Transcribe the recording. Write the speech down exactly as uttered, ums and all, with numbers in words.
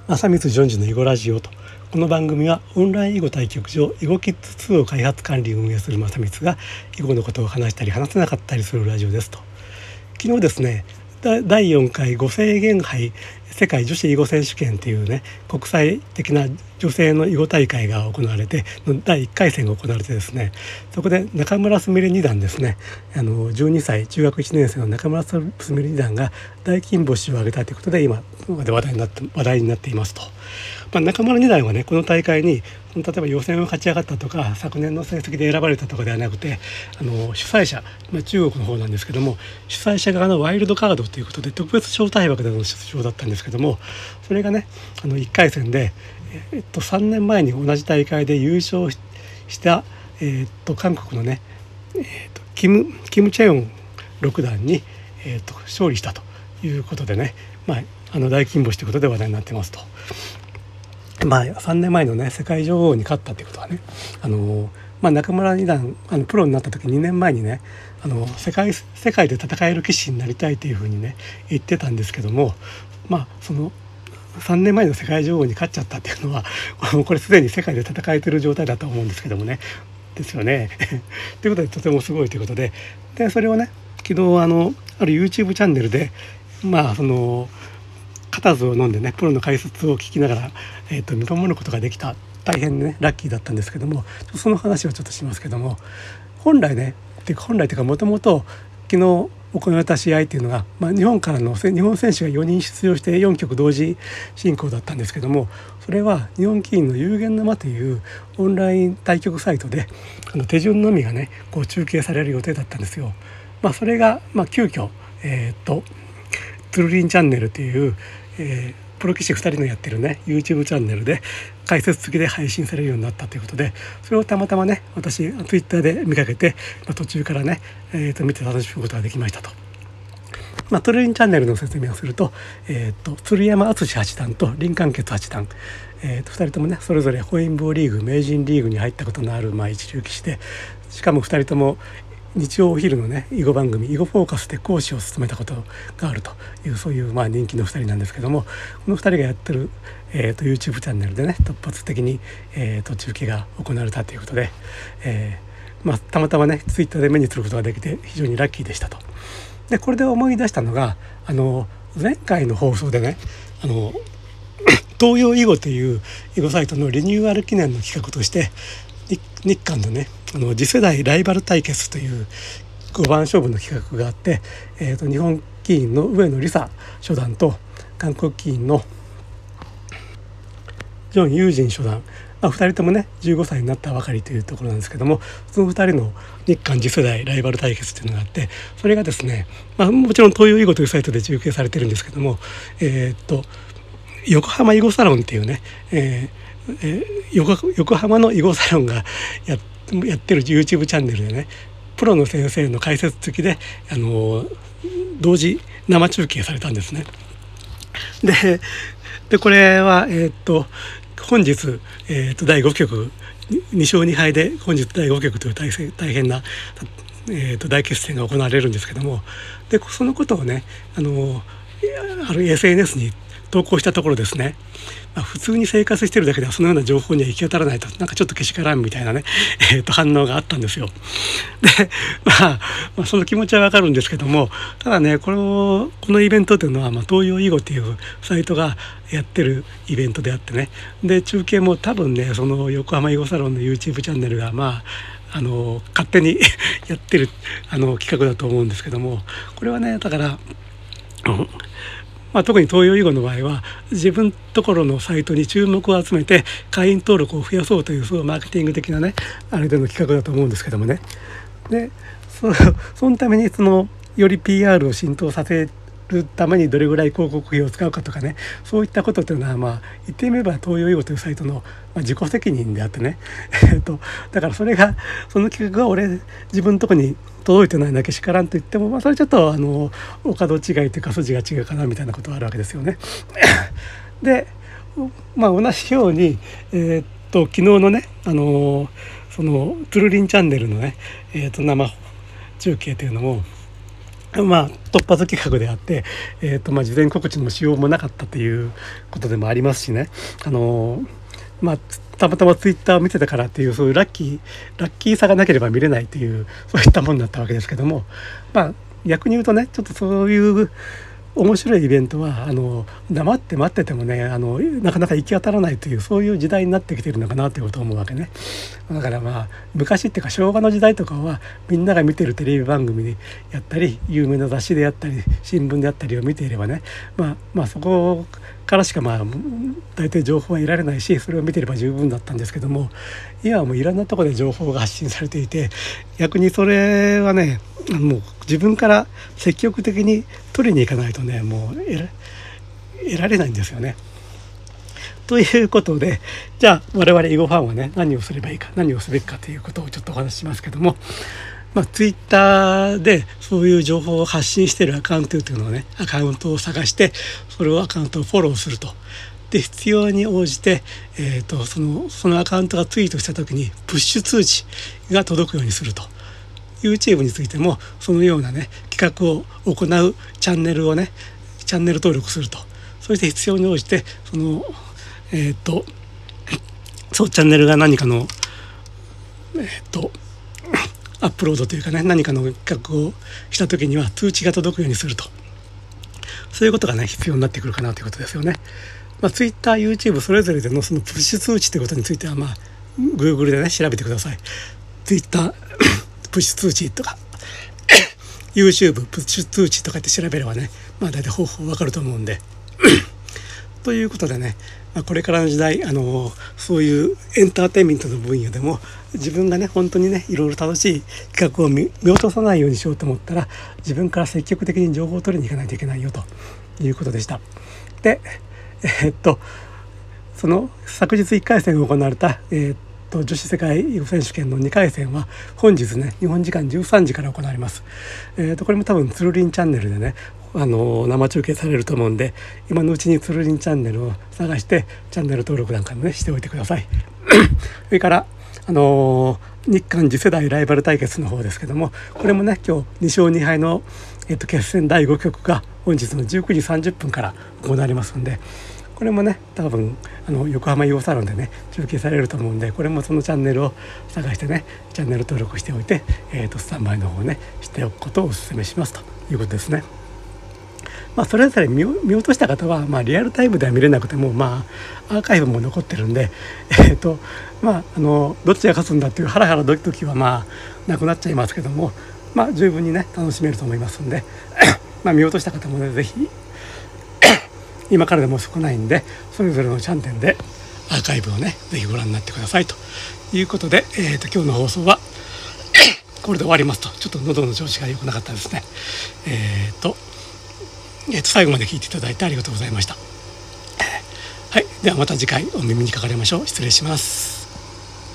正光順次の囲碁ラジオと。この番組はオンライン囲碁対局場囲碁キッズツーを開発管理運営する正光が囲碁のことを話したり話せなかったりするラジオですと。昨日ですね、だいよんかいご制限杯世界女子囲碁選手権というね、国際的な女性の囲碁大会が行われてのだいいっかい戦が行われてですね、そこで中村すみれ二段ですね、あのじゅうにさい中学いちねん生の中村すみれ二段が大金星を挙げたということで今まで話題になって話題になっていますと。まあ、中村二段はね、この大会に例えば予選を勝ち上がったとか昨年の成績で選ばれたとかではなくて、あの主催者、まあ、中国の方なんですけども、主催者側のワイルドカードということで特別招待枠での出場だったんですけども、それがね、あのいっかい戦で、えっと、さんねんまえに同じ大会で優勝した、えっと、韓国のね、えっと、キム、キムチェヨン六段に、えっと、勝利したということでね、まあ、あの大金星ということで話題になってますと。まあ、さんねんまえのね世界女王に勝ったということはね、あの、まあ、中村二段あのプロになった時にねんまえにね、あの世界世界で戦える棋士になりたいというふうにね言ってたんですけども、まあそのさんねんまえの世界女王に勝っちゃったっていうのはこれすでに世界で戦えてる状態だと思うんですけどもね、ですよねということでとてもすごいということで、でそれをね昨日あのある YouTube チャンネルでまあその固唾を飲んでねプロの解説を聞きながら、えー、と見守ることができた大変ねラッキーだったんですけども、その話をちょっとしますけども、本来ねっていうか本来というかもともと昨日行われた試合っていうのが、まあ、日本からの日本選手がよにん出場してよんきょく同時進行だったんですけども、それは日本棋院の有限の間というオンライン対局サイトであの手順のみがねこう中継される予定だったんですよ。まあ、それが、まあ、急遽えっ、とトゥルリンチャンネルという、えー、プロ棋士ふたりのやってるね YouTube チャンネルで解説付きで配信されるようになったということで、それをたまたまね私 Twitter で見かけて、まあ、途中からね、えー、と見て楽しむことができましたと。まあ、トゥルリンチャンネルの説明をすると、えー、と鶴山淳八段と林漢傑八段、えー、とふたりともねそれぞれ本因坊リーグ名人リーグに入ったことのある、まあ、一流棋士で、しかもふたりとも日曜お昼のね囲碁番組囲碁フォーカスで講師を務めたことがあるというそういうまあ人気のふたりなんですけども、このふたりがやってる、えー、と YouTube チャンネルでね突発的に、えー、と中継が行われたということで、えーまあ、たまたまね Twitter で目にすることができて非常にラッキーでしたと。でこれで思い出したのが、あの前回の放送でね、あの東洋囲碁という囲碁サイトのリニューアル記念の企画として日韓のねあの次世代ライバル対決というごばん勝負の企画があって、えー、と日本棋院の上野梨沙初段と韓国棋院のジョン・ユージン初段、まあ、ふたりともねじゅうごさいになったばかりというところなんですけども、そのふたりの日韓次世代ライバル対決というのがあって、それがですね、まあ、もちろん東洋囲碁というサイトで中継されてるんですけども、えー、っと横浜囲碁サロンっていうね、えーえー、横, 横浜の囲碁サロンが や, やってる YouTube チャンネルでねプロの先生の解説付きで、あのー、同時生中継されたんですね。で, でこれは、えー、っと本日、えー、っとだいごきょくに勝に敗で本日だいごきょくという 大, 大変な、えー、っと大決戦が行われるんですけども、でそのことをね、あのある エスエヌエス に投稿したところですね、まあ、普通に生活してるだけではそのような情報には行き当たらないと、なんかちょっとけしからんみたいなね、えー、と反応があったんですよ。で、まあ、まあその気持ちはわかるんですけども、ただねこのこのイベントというのは、まあ、東洋囲碁っていうサイトがやってるイベントであってね、で中継も多分ねその横浜囲碁サロンの YouTube チャンネルがまああの勝手にやってるあの企画だと思うんですけども、これはねだから、うんまあ、特に東洋囲碁の場合は自分ところのサイトに注目を集めて会員登録を増やそうというそうマーケティング的なねあれでの企画だと思うんですけどもね、で そ, そのためにそのより ピーアール を浸透させるためにどれぐらい広告費を使うかとかね、そういったことというのはまあ言ってみれば東洋囲碁というサイトの自己責任であってねえっとだからそれがその企画が俺自分のとこに届いてないだけしからんと言っても、まあ、それちょっとあのお門違いというか筋が違うかなみたいなことがあるわけですよね。で、まあ、同じように、えー、っと昨日のねあのそのトゥルリンチャンネルのね、えー、っと生中継というのもまあ突発企画であって、えーとまあ、事前告知のしようもなかったということでもありますしね、あのーまあ、たまたまツイッターを見てたからっていうそういうラッキーラッキーさがなければ見れないというそういったものだったわけですけども、まあ逆に言うとね、ちょっとそういう面白いイベントはあの黙って待っててもね、あのなかなか行き当たらないという、そういう時代になってきているのかなということを思うわけね。だからまあ昔っていうか昭和の時代とかはみんなが見てるテレビ番組でやったり有名な雑誌であったり新聞であったりを見ていればね、まあまあそこからしかまあ大体情報は得られないし、それを見てれば十分だったんですけども、今はもういろんなところで情報が発信されていて、逆にそれはね、もう自分から積極的に取りに行かないとね、もう得ら、得られないんですよね。ということで、じゃあ我々囲碁ファンはね、何をすればいいか、何をすべきかということをちょっとお話ししますけども、まあ、ツイッターでそういう情報を発信しているアカウントというのをね、アカウントを探して、それをアカウントをフォローすると。で、必要に応じて、えーと、その、そのアカウントがツイートしたときにプッシュ通知が届くようにすると。YouTube についてもそのようなね企画を行うチャンネルをねチャンネル登録すると。そして必要に応じてそのえっとそうチャンネルが何かのえっとアップロードというかね、何かの企画をした時には通知が届くようにすると。そういうことがね必要になってくるかなということですよね。まあ、Twitter、YouTube それぞれでのそのプッシュ通知ということについてはまあ Google でね調べてください。Twitterプッシュ通知とかYouTube プッシュ通知とかって調べればね、まあ大体方法わかると思うんでということでね、まあ、これからの時代、あのそういうエンターテインメントの分野でも自分がね本当にねいろいろ楽しい企画を 見, 見落とさないようにしようと思ったら、自分から積極的に情報を取りに行かないといけないよということでした。で、えー、っとその昨日いっかい戦行われた、えー女子世界囲碁選手権のにかい戦は本日ね日本時間じゅうさんじから行われます。えー、とこれも多分つるりんチャンネルでね、あのー、生中継されると思うんで、今のうちにつるりんチャンネルを探してチャンネル登録なんかもねしておいてください。それからあのー、日韓次世代ライバル対決の方ですけども、これもね今日に勝に敗の、えー、と決戦だいご局が本日のじゅうくじさんじゅっぷんから行われますんで、これもね多分あの横浜囲碁サロンでね中継されると思うんで、これもそのチャンネルを探してねチャンネル登録しておいて、えー、とスタンバイの方をねしておくことをお勧めしますということですね。まあそれぞれ 見, 見落とした方は、まあ、リアルタイムでは見れなくても、まあアーカイブも残ってるんで、えーとまあ、あのどっちが勝つんだっていうハラハラドキドキはまあなくなっちゃいますけども、まあ十分にね楽しめると思いますんでまあ見落とした方もねぜひ今からでも少ないんで、それぞれのチャンネルでアーカイブをねぜひご覧になってくださいということで、えー、と今日の放送はこれで終わりますと。ちょっと喉の調子が良くなかったですね。えーと,、えー、と最後まで聞いていただいてありがとうございました。はい、ではまた次回お耳にかかりましょう。失礼します。